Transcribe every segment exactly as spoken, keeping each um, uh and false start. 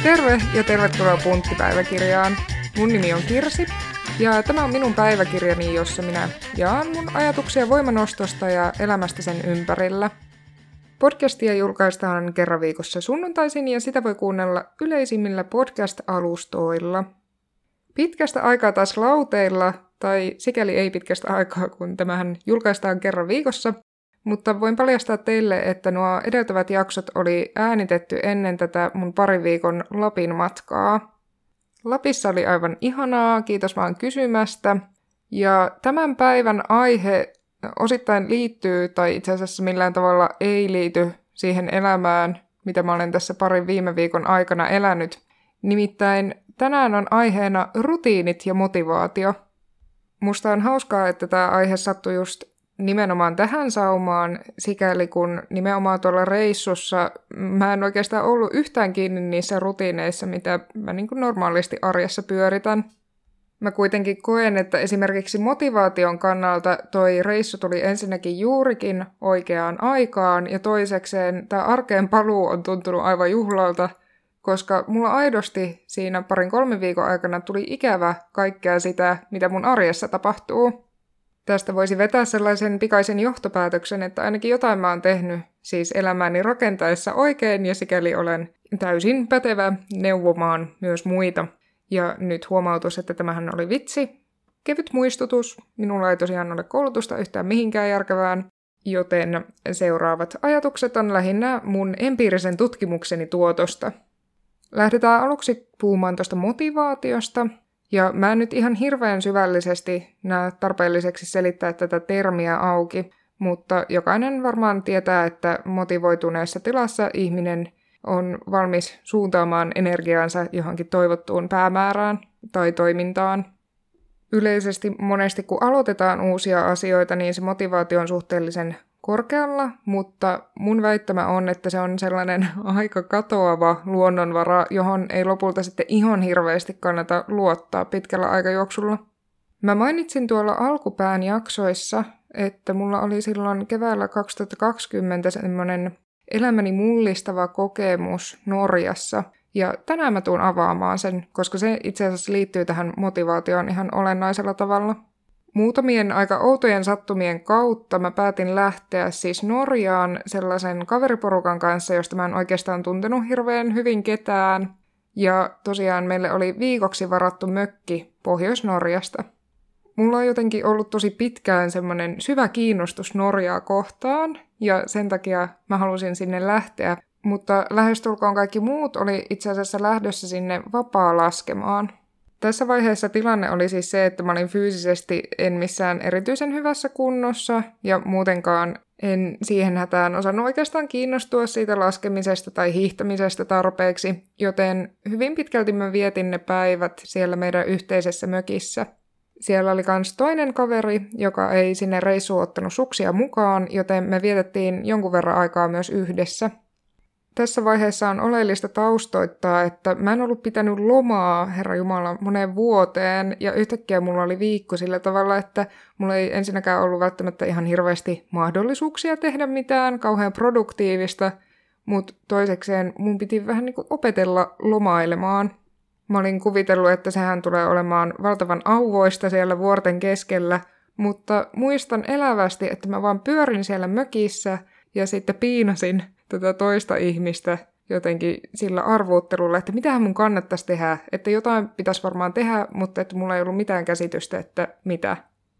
Terve ja tervetuloa Punttipäiväkirjaan. Mun nimi on Kirsi ja tämä on minun päiväkirjani, jossa minä jaan mun ajatuksia voimanostosta ja elämästä sen ympärillä. Podcastia julkaistaan kerran viikossa sunnuntaisin ja sitä voi kuunnella yleisimmillä podcast-alustoilla. Pitkästä aikaa taas lauteilla, tai sikäli ei pitkästä aikaa, kun tämähän julkaistaan kerran viikossa, mutta voin paljastaa teille, että nuo edeltävät jaksot oli äänitetty ennen tätä mun parin viikon Lapin matkaa. Lapissa oli aivan ihanaa, kiitos vaan kysymästä. Ja tämän päivän aihe osittain liittyy, tai itse asiassa millään tavalla ei liity siihen elämään, mitä mä olen tässä parin viime viikon aikana elänyt. Nimittäin tänään on aiheena rutiinit ja motivaatio. Musta on hauskaa, että tämä aihe sattui just nimenomaan tähän saumaan, sikäli kun nimenomaan tuolla reissussa mä en oikeastaan ollut yhtään kiinni niissä rutiineissa, mitä mä niin kuin normaalisti arjessa pyöritän. Mä kuitenkin koen, että esimerkiksi motivaation kannalta toi reissu tuli ensinnäkin juurikin oikeaan aikaan, ja toisekseen tämä arkeen paluu on tuntunut aivan juhlalta, koska mulla aidosti siinä parin kolmen viikon aikana tuli ikävä kaikkea sitä, mitä mun arjessa tapahtuu. Tästä voisi vetää sellaisen pikaisen johtopäätöksen, että ainakin jotain mä oon tehnyt siis elämääni rakentaessa oikein, ja sikäli olen täysin pätevä neuvomaan myös muita. Ja nyt huomautus, että tämähän oli vitsi. Kevyt muistutus. Minulla ei tosiaan ole koulutusta yhtään mihinkään järkevään, joten seuraavat ajatukset on lähinnä mun empiirisen tutkimukseni tuotosta. Lähdetään aluksi puhumaan tuosta motivaatiosta. Ja mä en nyt ihan hirveän syvällisesti näe tarpeelliseksi selittää tätä termiä auki, mutta jokainen varmaan tietää, että motivoituneessa tilassa ihminen on valmis suuntaamaan energiaansa johonkin toivottuun päämäärään tai toimintaan. Yleisesti monesti kun aloitetaan uusia asioita, niin se motivaatio on suhteellisen korkealla, mutta mun väittämä on, että se on sellainen aika katoava luonnonvara, johon ei lopulta sitten ihan hirveästi kannata luottaa pitkällä aikajuoksulla. Mä mainitsin tuolla alkupään jaksoissa, että mulla oli silloin keväällä kaksituhattakaksikymmentä semmoinen elämäni mullistava kokemus Norjassa, ja tänään mä tuun avaamaan sen, koska se itse asiassa liittyy tähän motivaatioon ihan olennaisella tavalla. Muutamien aika outojen sattumien kautta mä päätin lähteä siis Norjaan sellaisen kaveriporukan kanssa, josta mä en oikeastaan tuntenut hirveän hyvin ketään. Ja tosiaan meille oli viikoksi varattu mökki Pohjois-Norjasta. Mulla on jotenkin ollut tosi pitkään semmoinen syvä kiinnostus Norjaa kohtaan, ja sen takia mä halusin sinne lähteä. Mutta lähestulkoon kaikki muut oli itse asiassa lähdössä sinne vapaa-laskemaan. Tässä vaiheessa tilanne oli siis se, että mä olin fyysisesti en missään erityisen hyvässä kunnossa ja muutenkaan en siihen hätään osannut oikeastaan kiinnostua siitä laskemisesta tai hiihtämisestä tarpeeksi, joten hyvin pitkälti mä vietin ne päivät siellä meidän yhteisessä mökissä. Siellä oli kans toinen kaveri, joka ei sinne reissuun ottanut suksia mukaan, joten me vietettiin jonkun verran aikaa myös yhdessä. Tässä vaiheessa on oleellista taustoittaa, että mä en ollut pitänyt lomaa, Herra Jumala, moneen vuoteen, ja yhtäkkiä mulla oli viikko sillä tavalla, että mulla ei ensinnäkään ollut välttämättä ihan hirveästi mahdollisuuksia tehdä mitään kauhean produktiivista, mutta toisekseen mun piti vähän niin kuin opetella lomailemaan. Mä olin kuvitellut, että sehän tulee olemaan valtavan auvoista siellä vuorten keskellä, mutta muistan elävästi, että mä vaan pyörin siellä mökissä ja sitten piinasin tätä toista ihmistä jotenkin sillä arvuuttelulla, että mitähän mun kannattaisi tehdä, että jotain pitäisi varmaan tehdä, mutta että mulla ei ollut mitään käsitystä, että mitä.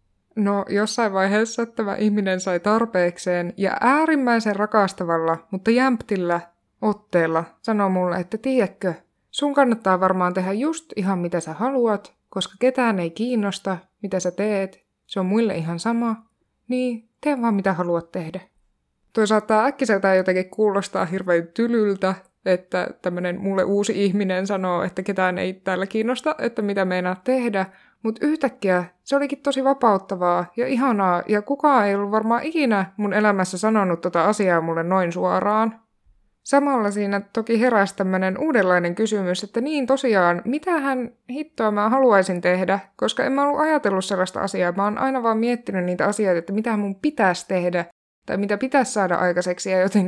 No jossain vaiheessa tämä ihminen sai tarpeekseen ja äärimmäisen rakastavalla, mutta jämptillä otteella sanoi mulle, että tiedätkö, sun kannattaa varmaan tehdä just ihan mitä sä haluat, koska ketään ei kiinnosta, mitä sä teet, se on muille ihan sama, niin tee vaan mitä haluat tehdä. Toi saattaa äkkiseltään jotenkin kuulostaa hirveän tylyltä, että tämmönen mulle uusi ihminen sanoo, että ketään ei täällä kiinnosta, että mitä meinaat tehdä, mutta yhtäkkiä se olikin tosi vapauttavaa ja ihanaa, ja kukaan ei ollut varmaan ikinä mun elämässä sanonut tota asiaa mulle noin suoraan. Samalla siinä toki heräsi tämmönen uudenlainen kysymys, että niin tosiaan, mitähän hittoa mä haluaisin tehdä, koska en mä ollut ajatellut sellaista asiaa, mä oon aina vaan miettinyt niitä asioita, että mitä mun pitäisi tehdä, tai mitä pitäisi saada aikaiseksi, ja jotenkin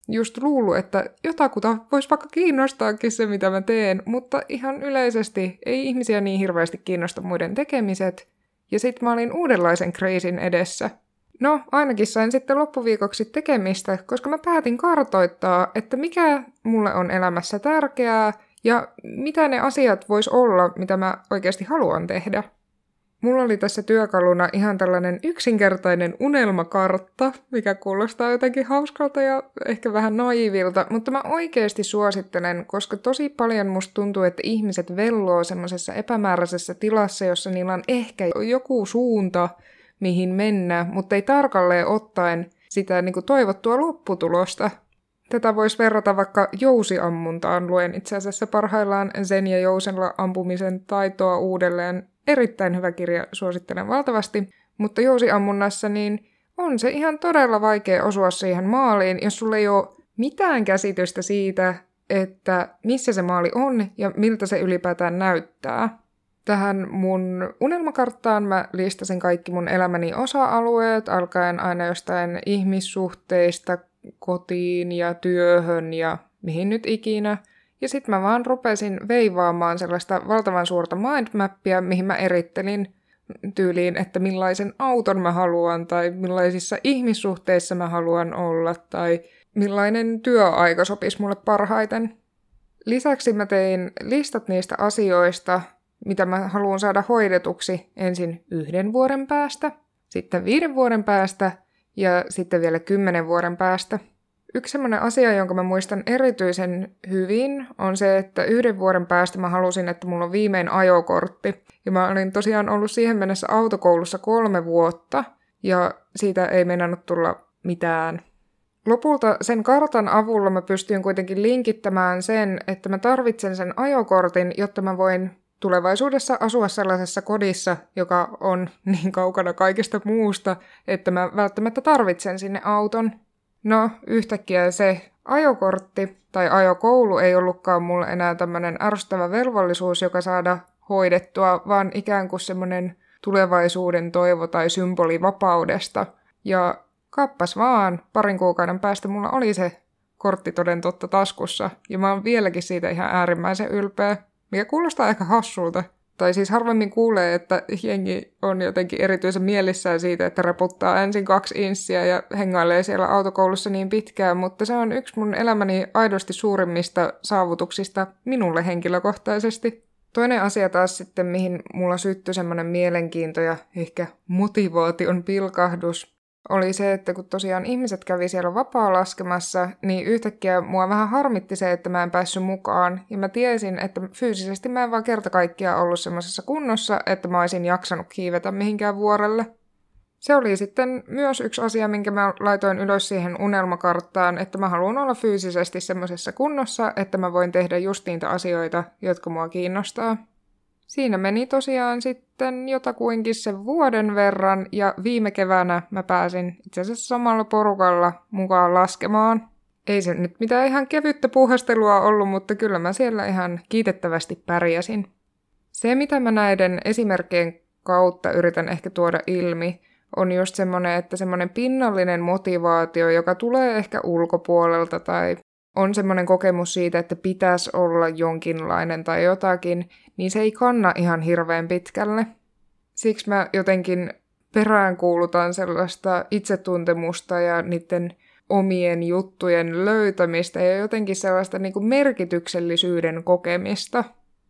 just luullut, että jotakuta voisi vaikka kiinnostaakin se, mitä mä teen, mutta ihan yleisesti ei ihmisiä niin hirveästi kiinnosta muiden tekemiset, ja sit mä olin uudenlaisen crazyn edessä. No, ainakin sain sitten loppuviikoksi tekemistä, koska mä päätin kartoittaa, että mikä mulle on elämässä tärkeää, ja mitä ne asiat vois olla, mitä mä oikeasti haluan tehdä. Mulla oli tässä työkaluna ihan tällainen yksinkertainen unelmakartta, mikä kuulostaa jotenkin hauskalta ja ehkä vähän naivilta, mutta mä oikeasti suosittelen, koska tosi paljon musta tuntuu, että ihmiset velloo semmoisessa epämääräisessä tilassa, jossa niillä on ehkä joku suunta, mihin mennä, mutta ei tarkalleen ottaen sitä niin kuin toivottua lopputulosta. Tätä voisi verrata vaikka jousiammuntaan. Luen itse asiassa parhaillaan Zen ja jousella ampumisen taitoa uudelleen. Erittäin hyvä kirja, suosittelen valtavasti. Mutta jousiammunnassa niin on se ihan todella vaikea osua siihen maaliin, jos sulla ei ole mitään käsitystä siitä, että missä se maali on ja miltä se ylipäätään näyttää. Tähän mun unelmakarttaan mä listasin kaikki mun elämäni osa-alueet, alkaen aina jostain ihmissuhteista, kotiin ja työhön ja mihin nyt ikinä. Ja sit mä vaan rupesin veivaamaan sellaista valtavan suurta mindmappia, mihin mä erittelin tyyliin, että millaisen auton mä haluan tai millaisissa ihmissuhteissa mä haluan olla tai millainen työaika sopisi mulle parhaiten. Lisäksi mä tein listat niistä asioista, mitä mä haluan saada hoidetuksi ensin yhden vuoden päästä, sitten viiden vuoden päästä ja sitten vielä kymmenen vuoden päästä. Yksi semmoinen asia, jonka mä muistan erityisen hyvin, on se, että yhden vuoden päästä mä halusin, että mulla on viimein ajokortti. Ja mä olin tosiaan ollut siihen mennessä autokoulussa kolme vuotta, ja siitä ei meinannut tulla mitään. Lopulta sen kartan avulla mä pystyin kuitenkin linkittämään sen, että mä tarvitsen sen ajokortin, jotta mä voin tulevaisuudessa asua sellaisessa kodissa, joka on niin kaukana kaikesta muusta, että mä välttämättä tarvitsen sinne auton. No, yhtäkkiä se ajokortti tai ajokoulu ei ollutkaan mulle enää tämmöinen ärsyttävä velvollisuus, joka saada hoidettua, vaan ikään kuin semmoinen tulevaisuuden toivo tai symboli vapaudesta. Ja kappas vaan, parin kuukauden päästä mulla oli se kortti toden totta taskussa, ja mä oon vieläkin siitä ihan äärimmäisen ylpeä, mikä kuulostaa aika hassulta. Tai siis harvemmin kuulee, että jengi on jotenkin erityisen mielissään siitä, että reputtaa ensin kaksi inssiä ja hengailee siellä autokoulussa niin pitkään, mutta se on yksi mun elämäni aidosti suurimmista saavutuksista minulle henkilökohtaisesti. Toinen asia taas sitten, mihin mulla syttyi semmoinen mielenkiinto ja ehkä motivaation pilkahdus, oli se, että kun tosiaan ihmiset kävi siellä vapaa-laskemassa, niin yhtäkkiä mua vähän harmitti se, että mä en päässyt mukaan. Ja mä tiesin, että fyysisesti mä en vaan kerta kaikkiaan ollut semmoisessa kunnossa, että mä olisin jaksanut kiivetä mihinkään vuorelle. Se oli sitten myös yksi asia, minkä mä laitoin ylös siihen unelmakarttaan, että mä haluan olla fyysisesti semmoisessa kunnossa, että mä voin tehdä just niitä asioita, jotka mua kiinnostaa. Siinä meni tosiaan sitten jotakuinkin sen vuoden verran, ja viime keväänä mä pääsin itse asiassa samalla porukalla mukaan laskemaan. Ei se nyt mitään ihan kevyttä puuhastelua ollut, mutta kyllä mä siellä ihan kiitettävästi pärjäsin. Se, mitä mä näiden esimerkkien kautta yritän ehkä tuoda ilmi, on just semmoinen, että semmoinen pinnallinen motivaatio, joka tulee ehkä ulkopuolelta tai on semmoinen kokemus siitä, että pitäisi olla jonkinlainen tai jotakin, niin se ei kanna ihan hirveän pitkälle. Siksi mä jotenkin peräänkuulutan sellaista itsetuntemusta ja niiden omien juttujen löytämistä ja jotenkin sellaista niin kuin merkityksellisyyden kokemista.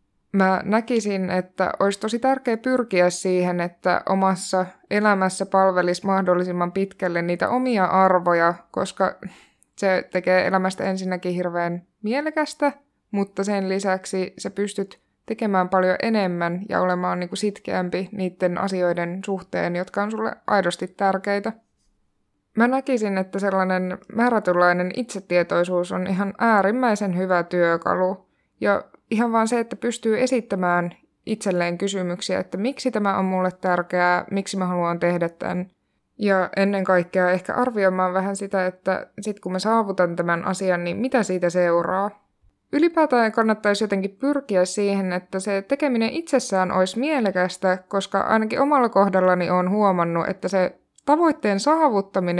Mä näkisin, että olisi tosi tärkeää pyrkiä siihen, että omassa elämässä palvelisi mahdollisimman pitkälle niitä omia arvoja, koska se tekee elämästä ensinnäkin hirveän mielekästä, mutta sen lisäksi sä pystyt tekemään paljon enemmän ja olemaan niin kuin sitkeämpi niiden asioiden suhteen, jotka on sulle aidosti tärkeitä. Mä näkisin, että sellainen määrätynlainen itsetietoisuus on ihan äärimmäisen hyvä työkalu. Ja ihan vaan se, että pystyy esittämään itselleen kysymyksiä, että miksi tämä on mulle tärkeää, miksi mä haluan tehdä tämän. Ja ennen kaikkea ehkä arvioimaan vähän sitä, että sit kun mä saavutan tämän asian, niin mitä siitä seuraa. Ylipäätään kannattaisi jotenkin pyrkiä siihen, että se tekeminen itsessään olisi mielekästä, koska ainakin omalla kohdallani olen huomannut, että se tavoitteen saavuttaminen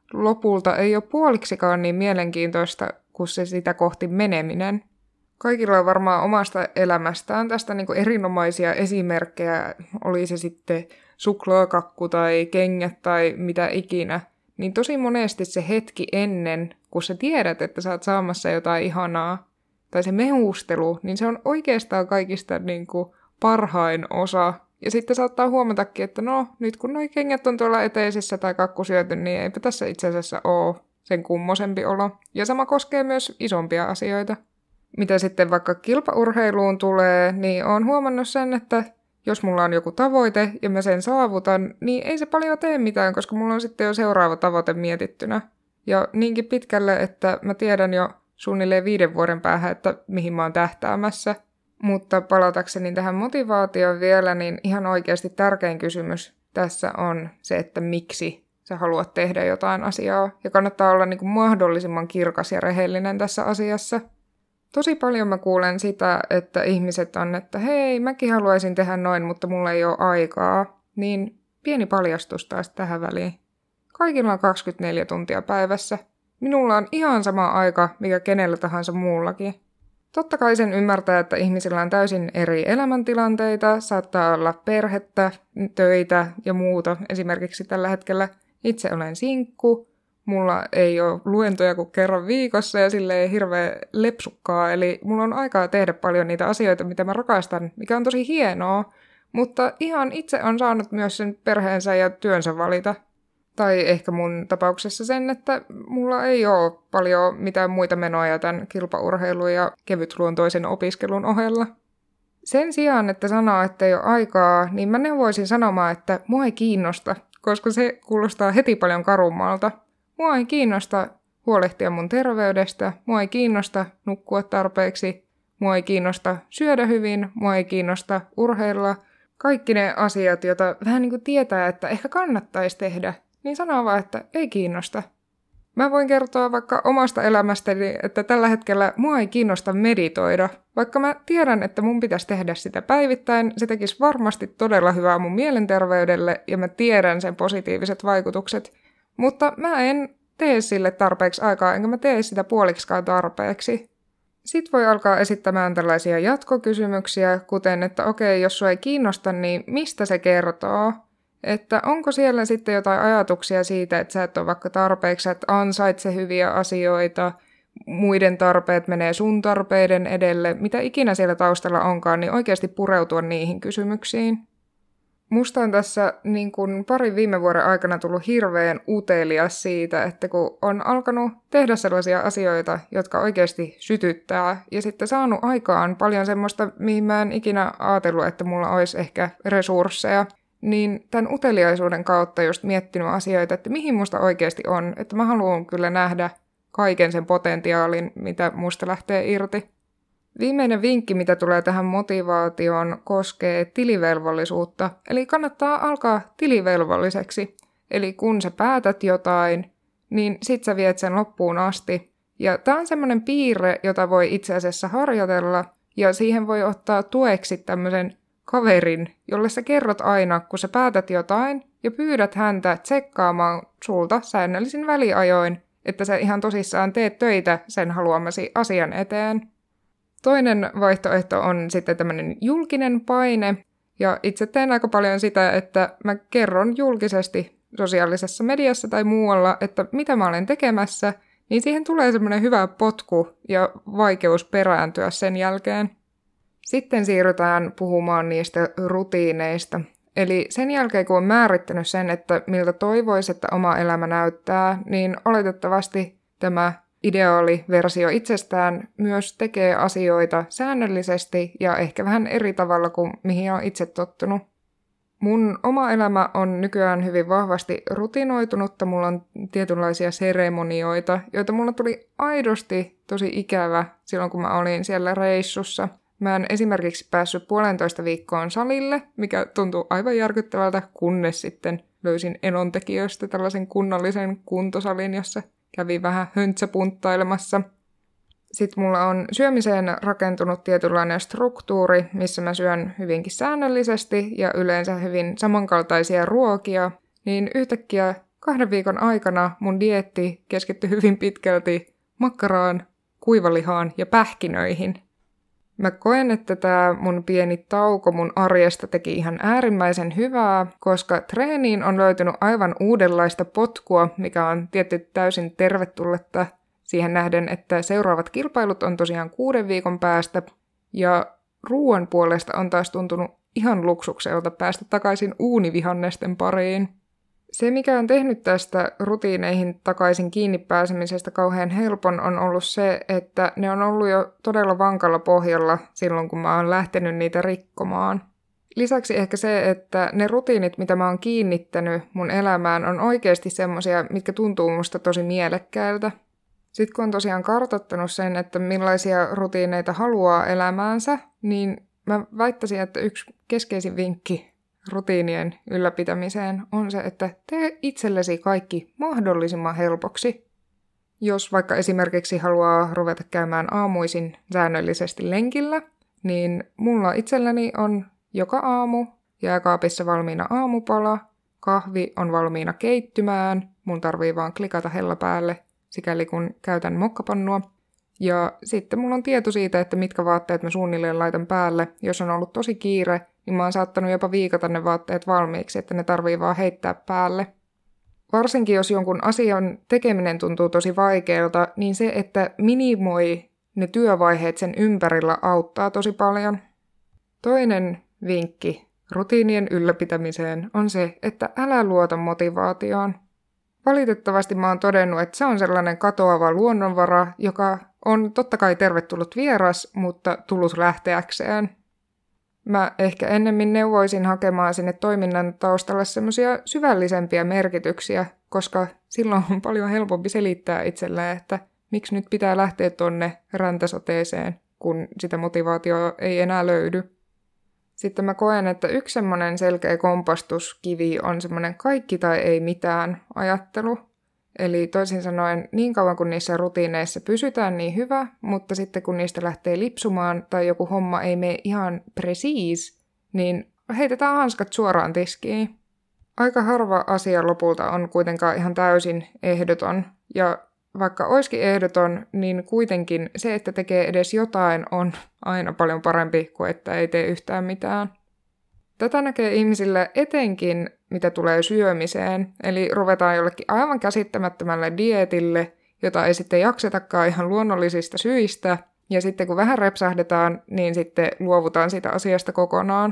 lopulta ei ole puoliksikaan niin mielenkiintoista kuin se sitä kohti meneminen. Kaikilla on varmaan omasta elämästään tästä niin kuin erinomaisia esimerkkejä, oli se sitten suklaakakku tai kengät tai mitä ikinä. Niin tosi monesti se hetki ennen, kun sä tiedät, että sä oot saamassa jotain ihanaa, tai se mehustelu, niin se on oikeastaan kaikista niin kuin parhain osa. Ja sitten saattaa huomatakin, että no, nyt kun noi kengät on tuolla eteisessä tai kakku syöty, niin eipä tässä itse asiassa ole sen kummosempi olo. Ja sama koskee myös isompia asioita. Mitä sitten vaikka kilpaurheiluun tulee, niin oon huomannut sen, että jos mulla on joku tavoite ja mä sen saavutan, niin ei se paljon tee mitään, koska mulla on sitten jo seuraava tavoite mietittynä. Ja niinkin pitkälle, että mä tiedän jo suunnilleen viiden vuoden päähän, että mihin mä oon tähtäämässä. Mutta palatakseni tähän motivaatioon vielä, niin ihan oikeasti tärkein kysymys tässä on se, että miksi sä haluat tehdä jotain asiaa. Ja kannattaa olla niin kuin mahdollisimman kirkas ja rehellinen tässä asiassa. Tosi paljon mä kuulen sitä, että ihmiset on, että hei, mäkin haluaisin tehdä noin, mutta mulla ei ole aikaa. Niin pieni paljastus taas tähän väliin. Kaikilla on kaksikymmentäneljä tuntia päivässä. Minulla on ihan sama aika, mikä kenellä tahansa muullakin. Totta kai sen ymmärtää, että ihmisillä on täysin eri elämäntilanteita, saattaa olla perhettä, töitä ja muuta. Esimerkiksi tällä hetkellä itse olen sinkku, mulla ei ole luentoja kuin kerran viikossa ja sille ei hirveä lepsukkaa. Eli mulla on aikaa tehdä paljon niitä asioita, mitä mä rakastan, mikä on tosi hienoa. Mutta ihan itse on saanut myös sen perheensä ja työnsä valita. Tai ehkä mun tapauksessa sen, että mulla ei ole paljon mitään muita menoja tämän kilpaurheilun ja kevytluontoisen opiskelun ohella. Sen sijaan, että sanoo, että ei ole aikaa, niin mä neuvoisin sanomaan, että mua ei kiinnosta, koska se kuulostaa heti paljon karummalta. Mua ei kiinnosta huolehtia mun terveydestä, mua ei kiinnosta nukkua tarpeeksi, mua ei kiinnosta syödä hyvin, mua ei kiinnosta urheilla. Kaikki ne asiat, joita vähän niin kuin tietää, että ehkä kannattaisi tehdä, niin sanoo vaan, että ei kiinnosta. Mä voin kertoa vaikka omasta elämästäni, että tällä hetkellä mua ei kiinnosta meditoida. Vaikka mä tiedän, että mun pitäisi tehdä sitä päivittäin, se tekisi varmasti todella hyvää mun mielenterveydelle ja mä tiedän sen positiiviset vaikutukset. Mutta mä en tee sille tarpeeksi aikaa, enkä mä tee sitä puoliksikaan tarpeeksi. Sitten voi alkaa esittämään tällaisia jatkokysymyksiä, kuten, että okei, jos sua ei kiinnosta, niin mistä se kertoo? Että onko siellä sitten jotain ajatuksia siitä, että sä et ole vaikka tarpeeksi, että ansaitse hyviä asioita, muiden tarpeet menee sun tarpeiden edelle, mitä ikinä siellä taustalla onkaan, niin oikeasti pureutua niihin kysymyksiin. Musta on tässä niin kuin parin viime vuoden aikana tullut hirveän utelias siitä, että kun on alkanut tehdä sellaisia asioita, jotka oikeasti sytyttää, ja sitten saanut aikaan paljon semmoista, mihin mä en ikinä ajatellut, että mulla olisi ehkä resursseja, niin tämän uteliaisuuden kautta just miettinyt asioita, että mihin musta oikeasti on, että mä haluan kyllä nähdä kaiken sen potentiaalin, mitä musta lähtee irti. Viimeinen vinkki, mitä tulee tähän motivaatioon, koskee tilivelvollisuutta, eli kannattaa alkaa tilivelvolliseksi. Eli kun sä päätät jotain, niin sit sä viet sen loppuun asti. Ja tää on semmoinen piirre, jota voi itse asiassa harjoitella, ja siihen voi ottaa tueksi tämmöisen kaverin, jolle sä kerrot aina, kun sä päätät jotain, ja pyydät häntä tsekkaamaan sulta säännöllisin väliajoin, että sä ihan tosissaan teet töitä sen haluamasi asian eteen. Toinen vaihtoehto on sitten tämmöinen julkinen paine, ja itse teen aika paljon sitä, että mä kerron julkisesti sosiaalisessa mediassa tai muualla, että mitä mä olen tekemässä, niin siihen tulee semmoinen hyvä potku ja vaikeus perääntyä sen jälkeen. Sitten siirrytään puhumaan niistä rutiineista. Eli sen jälkeen, kun on määrittänyt sen, että miltä toivoisi, että oma elämä näyttää, niin oletettavasti tämä ideaaliversio itsestään myös tekee asioita säännöllisesti ja ehkä vähän eri tavalla kuin mihin on itse tottunut. Mun oma elämä on nykyään hyvin vahvasti rutinoitunutta, mulla on tietynlaisia seremonioita, joita mulla tuli aidosti tosi ikävä silloin, kun mä olin siellä reissussa. Mä en esimerkiksi päässyt puolentoista viikkoon salille, mikä tuntuu aivan järkyttävältä, kunnes sitten löysin enontekijöistä tällaisen kunnallisen kuntosalin, jossa kävin vähän höntsäpunttailemassa. Sitten mulla on syömiseen rakentunut tietynlainen struktuuri, missä mä syön hyvinkin säännöllisesti ja yleensä hyvin samankaltaisia ruokia, niin yhtäkkiä kahden viikon aikana mun dieetti keskittyi hyvin pitkälti makkaraan, kuivalihaan ja pähkinöihin. Mä koen, että tämä mun pieni tauko mun arjesta teki ihan äärimmäisen hyvää, koska treeniin on löytynyt aivan uudenlaista potkua, mikä on tietysti täysin tervetulletta siihen nähden, että seuraavat kilpailut on tosiaan kuuden viikon päästä, ja ruoan puolesta on taas tuntunut ihan luksukselta päästä takaisin uunivihannesten pariin. Se, mikä on tehnyt tästä rutiineihin takaisin kiinni pääsemisestä kauhean helpon, on ollut se, että ne on ollut jo todella vankalla pohjalla silloin, kun mä oon lähtenyt niitä rikkomaan. Lisäksi ehkä se, että ne rutiinit, mitä mä oon kiinnittänyt mun elämään, on oikeasti semmosia, mitkä tuntuu musta tosi mielekkäiltä. Sitten kun on tosiaan kartoittanut sen, että millaisia rutiineita haluaa elämäänsä, niin mä väittäisin, että yksi keskeisin vinkki rutiinien ylläpitämiseen on se, että tee itsellesi kaikki mahdollisimman helpoksi. Jos vaikka esimerkiksi haluaa ruveta käymään aamuisin säännöllisesti lenkillä, niin mulla itselläni on joka aamu jääkaapissa valmiina aamupala, kahvi on valmiina keittymään, mun tarvii vaan klikata hella päälle, sikäli kun käytän mokkapannua. Ja sitten mulla on tieto siitä, että mitkä vaatteet mä suunnilleen laitan päälle. Jos on ollut tosi kiire, niin mä oon saattanut jopa viikata ne vaatteet valmiiksi, että ne tarvii vaan heittää päälle. Varsinkin jos jonkun asian tekeminen tuntuu tosi vaikealta, niin se, että minimoi ne työvaiheet sen ympärillä auttaa tosi paljon. Toinen vinkki rutiinien ylläpitämiseen on se, että älä luota motivaatioon. Valitettavasti mä oon todennut, että se on sellainen katoava luonnonvara, joka on totta kai tervetullut vieras, mutta tullut lähteäkseen. Mä ehkä ennemmin neuvoisin hakemaan sinne toiminnan taustalle semmoisia syvällisempiä merkityksiä, koska silloin on paljon helpompi selittää itselleen, että miksi nyt pitää lähteä tonne räntäsateeseen, kun sitä motivaatiota ei enää löydy. Sitten mä koen, että yksi semmoinen selkeä kompastuskivi on semmoinen kaikki tai ei mitään ajattelu. Eli toisin sanoen, niin kauan kun niissä rutiineissa pysytään niin hyvä, mutta sitten kun niistä lähtee lipsumaan tai joku homma ei mene ihan presiis, niin heitetään hanskat suoraan tiskiin. Aika harva asia lopulta on kuitenkaan ihan täysin ehdoton, ja vaikka olisikin ehdoton, niin kuitenkin se, että tekee edes jotain, on aina paljon parempi kuin että ei tee yhtään mitään. Tätä näkee ihmisillä etenkin, mitä tulee syömiseen, eli ruvetaan jollekin aivan käsittämättömälle dieetille, jota ei sitten jaksetakaan ihan luonnollisista syistä, ja sitten kun vähän repsahdetaan, niin sitten luovutaan siitä asiasta kokonaan.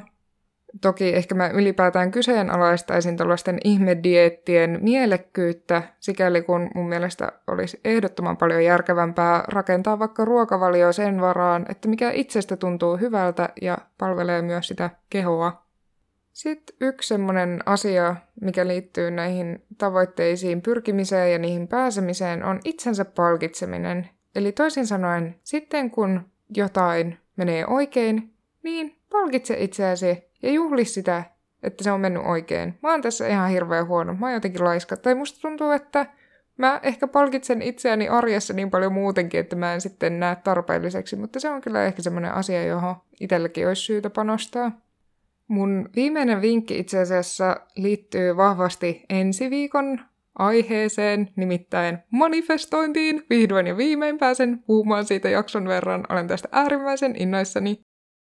Toki ehkä mä ylipäätään kyseenalaistaisin tuollaisten ihmedieettien mielekkyyttä, sikäli kun mun mielestä olisi ehdottoman paljon järkevämpää rakentaa vaikka ruokavalio sen varaan, että mikä itsestä tuntuu hyvältä ja palvelee myös sitä kehoa. Sitten yksi semmoinen asia, mikä liittyy näihin tavoitteisiin pyrkimiseen ja niihin pääsemiseen, on itsensä palkitseminen. Eli toisin sanoen, sitten kun jotain menee oikein, niin palkitse itseäsi ja juhli sitä, että se on mennyt oikein. Mä oon tässä ihan hirveän huono, mä oon jotenkin laiska. Tai musta tuntuu, että mä ehkä palkitsen itseäni arjessa niin paljon muutenkin, että mä en sitten näe tarpeelliseksi, mutta se on kyllä ehkä semmoinen asia, johon itselläkin olisi syytä panostaa. Mun viimeinen vinkki itse asiassa liittyy vahvasti ensi viikon aiheeseen, nimittäin manifestointiin. Vihdoin ja viimein pääsen puhumaan siitä jakson verran. Olen tästä äärimmäisen innoissani.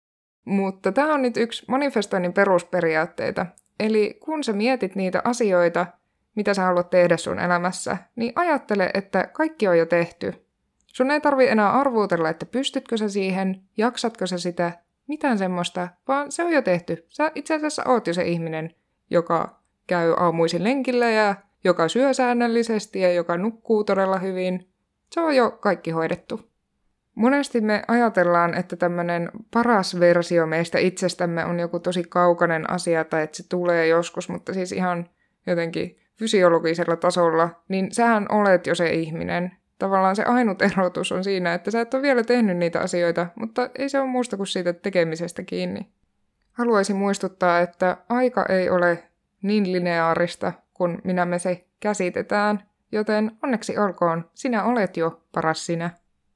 Mutta tämä on nyt yksi manifestoinnin perusperiaatteita. Eli kun sä mietit niitä asioita, mitä sä haluat tehdä sun elämässä, niin ajattele, että kaikki on jo tehty. Sun ei tarvi enää arvuutella, että pystytkö sä siihen, jaksatko sä sitä, mitään semmoista, vaan se on jo tehty. Sä itse asiassa oot jo se ihminen, joka käy aamuisin lenkillä ja joka syö säännöllisesti ja joka nukkuu todella hyvin. Se on jo kaikki hoidettu. Monesti me ajatellaan, että tämmöinen paras versio meistä itsestämme on joku tosi kaukainen asia tai että se tulee joskus, mutta siis ihan jotenkin fysiologisella tasolla, niin sähän olet jo se ihminen. Tavallaan se ainut erotus on siinä, että sä et ole vielä tehnyt niitä asioita, mutta ei se ole muusta kuin siitä tekemisestä kiinni. Haluaisin muistuttaa, että aika ei ole niin lineaarista, kun minä me se käsitetään, joten onneksi olkoon, sinä olet jo paras sinä.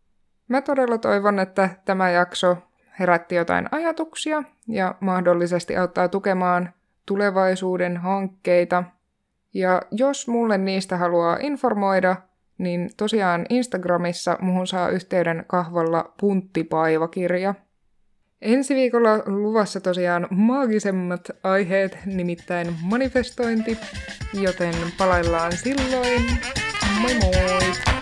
Mä todella toivon, että tämä jakso herätti jotain ajatuksia ja mahdollisesti auttaa tukemaan tulevaisuuden hankkeita. Ja jos mulle niistä haluaa informoida, niin tosiaan Instagramissa muhun saa yhteyden kahvalla Punttipaiva-kirja. Ensi viikolla luvassa tosiaan maagisemmat aiheet, nimittäin manifestointi, joten palaillaan silloin. Moi moi!